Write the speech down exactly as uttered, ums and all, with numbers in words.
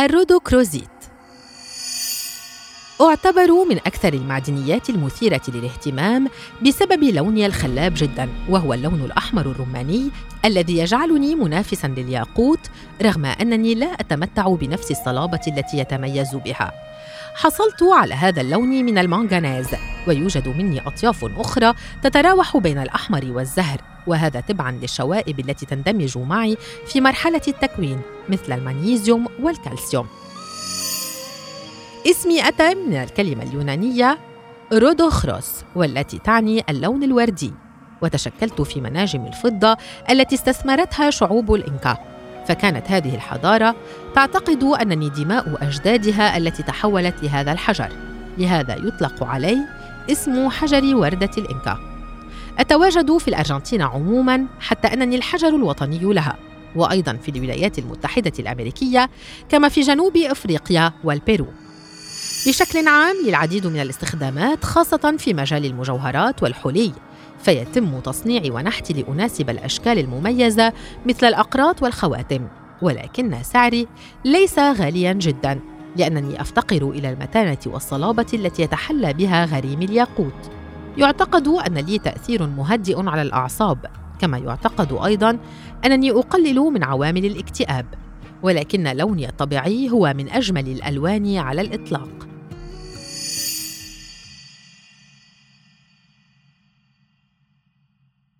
الرودوكروزيت أعتبر من أكثر المعدنيات المثيرة للاهتمام بسبب لونها الخلاب جداً، وهو اللون الأحمر الرماني الذي يجعلني منافساً للياقوت رغم أنني لا أتمتع بنفس الصلابة التي يتميز بها. حصلت على هذا اللون من المنغنيز، ويوجد مني أطياف أخرى تتراوح بين الأحمر والزهر، وهذا تبعاً للشوائب التي تندمج معي في مرحلة التكوين مثل المغنيسيوم والكالسيوم. اسمي أتى من الكلمة اليونانية رودوخروس والتي تعني اللون الوردي، وتشكلت في مناجم الفضة التي استثمرتها شعوب الإنكا، فكانت هذه الحضارة تعتقد أنني دماء أجدادها التي تحولت لهذا الحجر، لهذا يطلق علي اسم حجر وردة الإنكا. أتواجد في الأرجنتين عموماً حتى أنني الحجر الوطني لها، وأيضاً في الولايات المتحدة الأمريكية كما في جنوب أفريقيا والبيرو. بشكل عام للعديد من الاستخدامات خاصة في مجال المجوهرات والحلي، فيتم تصنيعي ونحتي لأناسب الأشكال المميزة مثل الأقراط والخواتم، ولكن سعري ليس غالياً جداً لأنني أفتقر إلى المتانة والصلابة التي يتحلى بها غريم الياقوت. يعتقد أن لي تأثير مهدئ على الأعصاب، كما يعتقد أيضاً أنني أقلل من عوامل الاكتئاب، ولكن لوني الطبيعي هو من أجمل الألوان على الإطلاق.